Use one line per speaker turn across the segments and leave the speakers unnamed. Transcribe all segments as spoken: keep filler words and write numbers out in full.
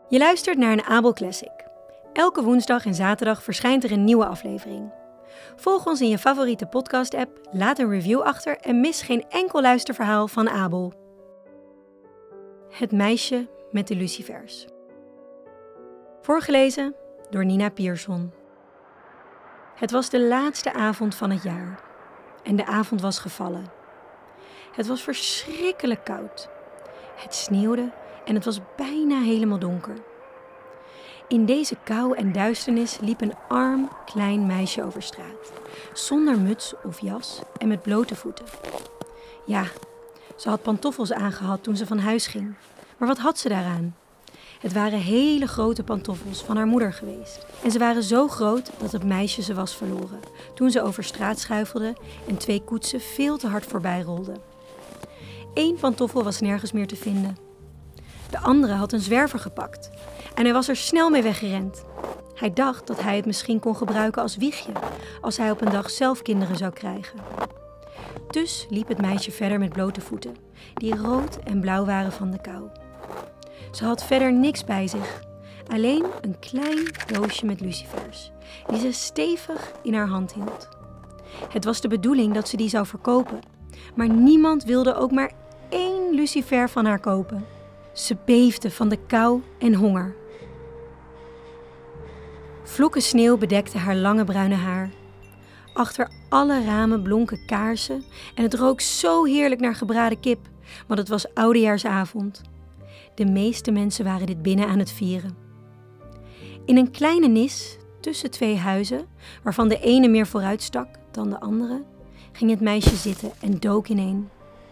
Je luistert naar een Abel Classic. Elke woensdag en zaterdag verschijnt er een nieuwe aflevering. Volg ons in je favoriete podcast-app, laat een review achter en mis geen enkel luisterverhaal van Abel. Het meisje met de lucifers. Voorgelezen door Nina Pierson. Het was de laatste avond van het jaar en de avond was gevallen. Het was verschrikkelijk koud. Het sneeuwde en het was bijna helemaal donker. In deze kou en duisternis liep een arm, klein meisje over straat, zonder muts of jas en met blote voeten. Ja, ze had pantoffels aangehad toen ze van huis ging, maar wat had ze daaraan? Het waren hele grote pantoffels van haar moeder geweest. En ze waren zo groot dat het meisje ze was verloren, toen ze over straat schuifelde en twee koetsen veel te hard voorbij rolden. Eén pantoffel was nergens meer te vinden. De andere had een zwerver gepakt en hij was er snel mee weggerend. Hij dacht dat hij het misschien kon gebruiken als wiegje, als hij op een dag zelf kinderen zou krijgen. Dus liep het meisje verder met blote voeten, die rood en blauw waren van de kou. Ze had verder niks bij zich, alleen een klein doosje met lucifers, die ze stevig in haar hand hield. Het was de bedoeling dat ze die zou verkopen, maar niemand wilde ook maar één lucifer van haar kopen. Ze beefde van de kou en honger. Vlokken sneeuw bedekten haar lange bruine haar. Achter alle ramen blonken kaarsen en het rook zo heerlijk naar gebraden kip, want het was oudejaarsavond. De meeste mensen waren dit binnen aan het vieren. In een kleine nis tussen twee huizen, waarvan de ene meer vooruit stak dan de andere, ging het meisje zitten en dook ineen.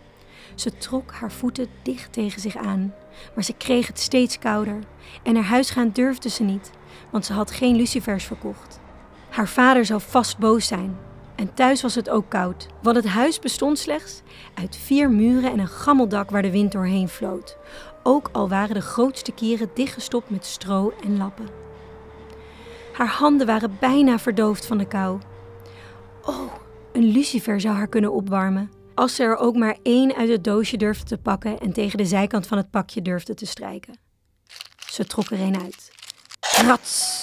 Ze trok haar voeten dicht tegen zich aan, maar ze kreeg het steeds kouder en naar huis gaan durfde ze niet, want ze had geen lucifers verkocht. Haar vader zou vast boos zijn en thuis was het ook koud, want het huis bestond slechts uit vier muren en een gammeldak waar de wind doorheen floot, ook al waren de grootste kieren dichtgestopt met stro en lappen. Haar handen waren bijna verdoofd van de kou. Oh, een lucifer zou haar kunnen opwarmen, als ze er ook maar één uit het doosje durfde te pakken en tegen de zijkant van het pakje durfde te strijken. Ze trok er een uit. Rats!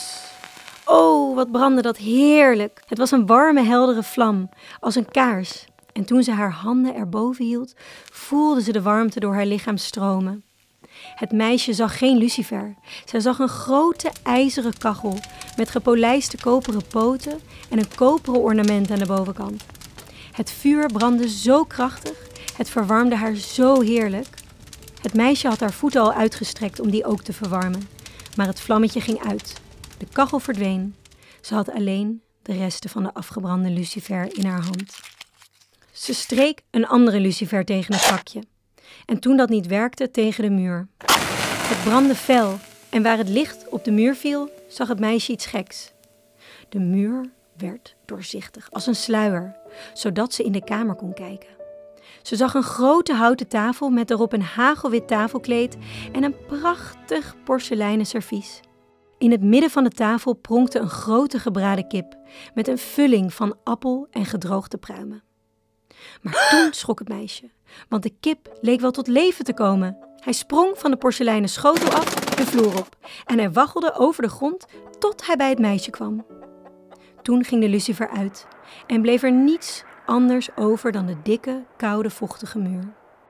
Oh, wat brandde dat heerlijk! Het was een warme, heldere vlam, als een kaars. En toen ze haar handen erboven hield, voelde ze de warmte door haar lichaam stromen. Het meisje zag geen lucifer. Zij zag een grote ijzeren kachel met gepolijste koperen poten en een koperen ornament aan de bovenkant. Het vuur brandde zo krachtig, het verwarmde haar zo heerlijk. Het meisje had haar voeten al uitgestrekt om die ook te verwarmen, maar het vlammetje ging uit. De kachel verdween. Ze had alleen de resten van de afgebrande lucifer in haar hand. Ze streek een andere lucifer tegen het pakje en toen dat niet werkte tegen de muur. Het brandde fel en waar het licht op de muur viel, zag het meisje iets geks. De muur werd doorzichtig als een sluier, zodat ze in de kamer kon kijken. Ze zag een grote houten tafel met erop een hagelwit tafelkleed en een prachtig porseleinen servies. In het midden van de tafel pronkte een grote gebraden kip met een vulling van appel en gedroogde pruimen. Maar toen schrok het meisje, want de kip leek wel tot leven te komen. Hij sprong van de porseleinen schotel af de vloer op en hij waggelde over de grond tot hij bij het meisje kwam. Toen ging de lucifer uit en bleef er niets anders over dan de dikke, koude, vochtige muur.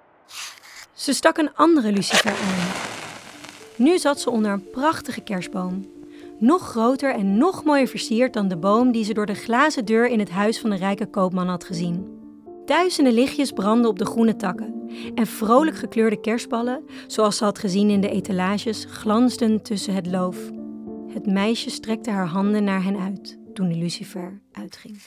Ze stak een andere lucifer aan. Nu zat ze onder een prachtige kerstboom, nog groter en nog mooier versierd dan de boom die ze door de glazen deur in het huis van de rijke koopman had gezien. Duizenden lichtjes brandden op de groene takken en vrolijk gekleurde kerstballen, zoals ze had gezien in de etalages, glansden tussen het loof. Het meisje strekte haar handen naar hen uit toen de lucifer uitging.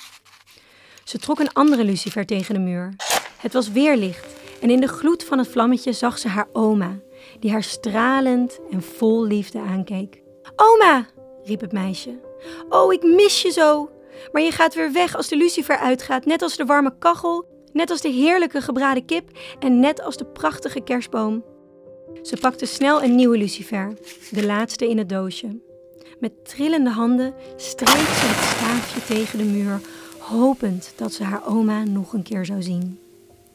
Ze trok een andere lucifer tegen de muur. Het was weer licht en in de gloed van het vlammetje zag ze haar oma, die haar stralend en vol liefde aankeek. Oma, riep het meisje. Oh, ik mis je zo. Maar je gaat weer weg als de lucifer uitgaat, net als de warme kachel, net als de heerlijke gebraden kip en net als de prachtige kerstboom. Ze pakte snel een nieuwe lucifer, de laatste in het doosje. Met trillende handen streek ze het staafje tegen de muur, hopend dat ze haar oma nog een keer zou zien.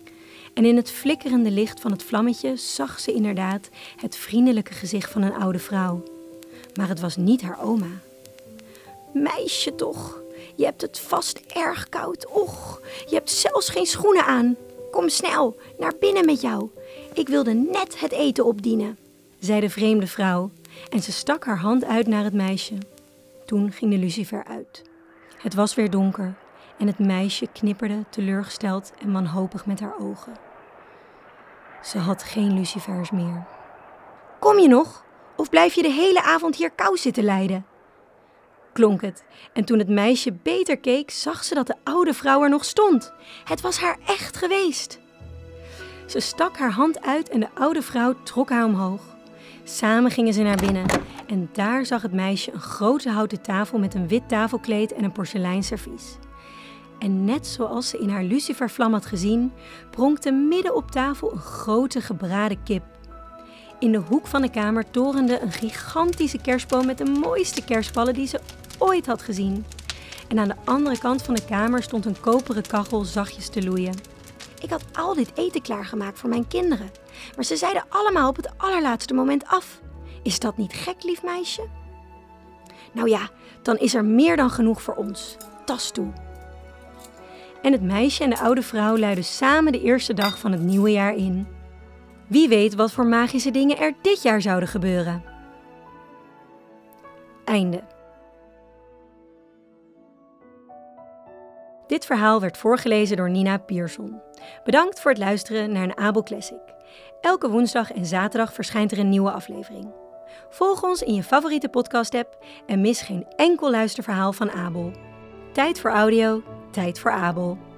En in het flikkerende licht van het vlammetje zag ze inderdaad het vriendelijke gezicht van een oude vrouw. Maar het was niet haar oma. Meisje toch, je hebt het vast erg koud. Och, je hebt zelfs geen schoenen aan. Kom snel, naar binnen met jou. Ik wilde net het eten opdienen, zei de vreemde vrouw en ze stak haar hand uit naar het meisje. Toen ging de lucifer uit. Het was weer donker en het meisje knipperde teleurgesteld en wanhopig met haar ogen. Ze had geen lucifers meer. Kom je nog? Of blijf je de hele avond hier kou zitten lijden? Klonk het. En toen het meisje beter keek, zag ze dat de oude vrouw er nog stond. Het was haar echt geweest. Ze stak haar hand uit en de oude vrouw trok haar omhoog. Samen gingen ze naar binnen en daar zag het meisje een grote houten tafel met een wit tafelkleed en een porselein servies. En net zoals ze in haar lucifervlam had gezien, pronkte midden op tafel een grote gebraden kip. In de hoek van de kamer torende een gigantische kerstboom met de mooiste kerstballen die ze ooit had gezien. En aan de andere kant van de kamer stond een koperen kachel zachtjes te loeien. Ik had al dit eten klaargemaakt voor mijn kinderen, maar ze zeiden allemaal op het allerlaatste moment af. Is dat niet gek, lief meisje? Nou ja, dan is er meer dan genoeg voor ons. Tas toe. En het meisje en de oude vrouw luidden samen de eerste dag van het nieuwe jaar in. Wie weet wat voor magische dingen er dit jaar zouden gebeuren. Einde. Dit verhaal werd voorgelezen door Nina Pierson. Bedankt voor het luisteren naar een Abel Classic. Elke woensdag en zaterdag verschijnt er een nieuwe aflevering. Volg ons in je favoriete podcast-app en mis geen enkel luisterverhaal van Abel. Tijd voor audio, tijd voor Abel.